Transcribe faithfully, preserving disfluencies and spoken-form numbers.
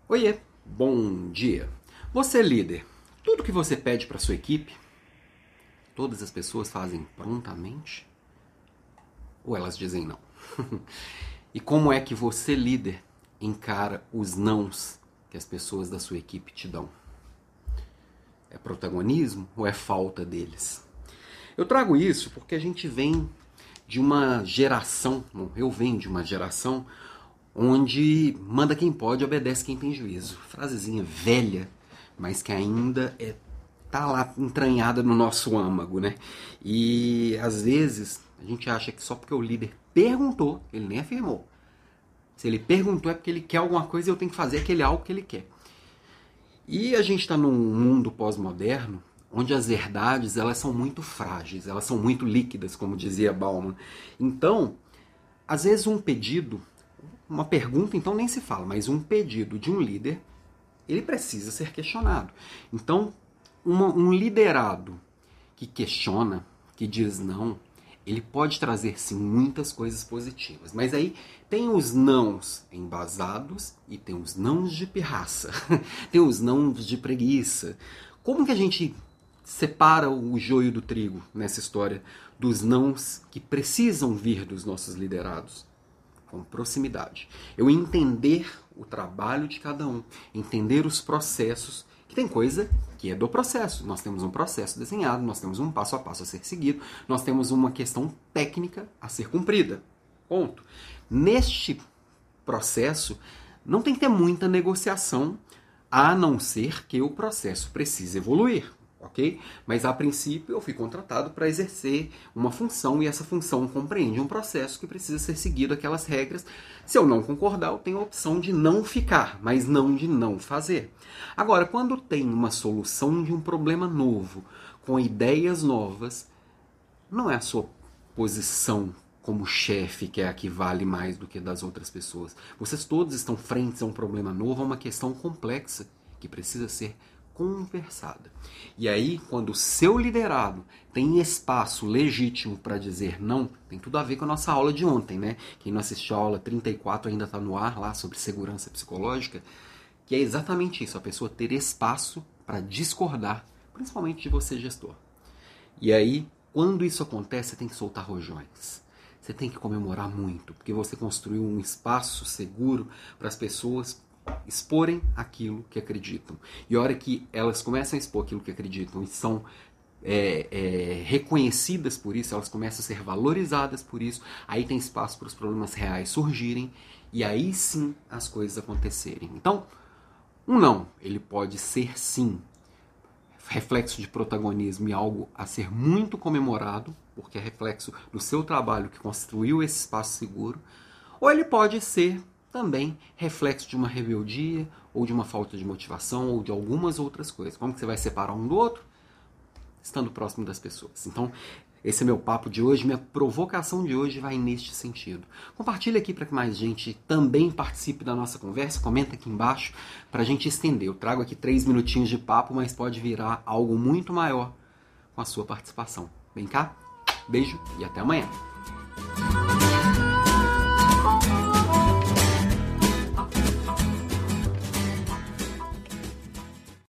Oiê, bom dia. Você é líder. Tudo que você pede para sua equipe, todas as pessoas fazem prontamente? Ou elas dizem não? E como é que você, líder, encara os nãos que as pessoas da sua equipe te dão? É protagonismo ou é falta deles? Eu trago isso porque a gente vem de uma geração, eu venho de uma geração onde manda quem pode, obedece quem tem juízo. Frasezinha velha, mas que ainda é, tá lá entranhada no nosso âmago, né? E às vezes a gente acha que só porque o líder perguntou, ele nem afirmou. Se ele perguntou é porque ele quer alguma coisa e eu tenho que fazer aquele algo que ele quer. E a gente está num mundo pós-moderno onde as verdades elas são muito frágeis, elas são muito líquidas, como dizia Bauman. Então, às vezes um pedido, uma pergunta então nem se fala, mas um pedido de um líder, ele precisa ser questionado. Então, uma, um liderado que questiona, que diz não, ele pode trazer sim muitas coisas positivas. Mas aí tem os nãos embasados e tem os nãos de pirraça. Tem os nãos de preguiça. Como que a gente separa o joio do trigo nessa história dos nãos que precisam vir dos nossos liderados? Com proximidade. Eu entender o trabalho de cada um, entender os processos, que tem coisa que é do processo. Nós temos um processo desenhado, nós temos um passo a passo a ser seguido, nós temos uma questão técnica a ser cumprida. Ponto. Neste processo, não tem que ter muita negociação, a não ser que o processo precise evoluir. Ok? Mas a princípio eu fui contratado para exercer uma função e essa função compreende um processo que precisa ser seguido aquelas regras. Se eu não concordar, eu tenho a opção de não ficar, mas não de não fazer. Agora, quando tem uma solução de um problema novo, com ideias novas, não é a sua posição como chefe que é a que vale mais do que das outras pessoas. Vocês todos estão frentes a um problema novo, a uma questão complexa que precisa ser conversada. E aí, quando o seu liderado tem espaço legítimo para dizer não, tem tudo a ver com a nossa aula de ontem, né? Quem não assistiu a aula trinta e quatro ainda está no ar lá sobre segurança psicológica, que é exatamente isso, a pessoa ter espaço para discordar, principalmente de você, gestor. E aí, quando isso acontece, você tem que soltar rojões. Você tem que comemorar muito, porque você construiu um espaço seguro para as pessoas exporem aquilo que acreditam. E a hora que elas começam a expor aquilo que acreditam e são é, é, reconhecidas por isso, elas começam a ser valorizadas por isso, aí tem espaço para os problemas reais surgirem e aí sim as coisas acontecerem. Então, um não, ele pode ser sim reflexo de protagonismo e algo a ser muito comemorado, porque é reflexo do seu trabalho que construiu esse espaço seguro, ou ele pode ser também reflexo de uma rebeldia, ou de uma falta de motivação, ou de algumas outras coisas. Como que você vai separar um do outro? Estando próximo das pessoas. Então, esse é meu papo de hoje, minha provocação de hoje vai neste sentido. Compartilha aqui para que mais gente também participe da nossa conversa, comenta aqui embaixo para a gente estender. Eu trago aqui três minutinhos de papo, mas pode virar algo muito maior com a sua participação. Vem cá, beijo e até amanhã.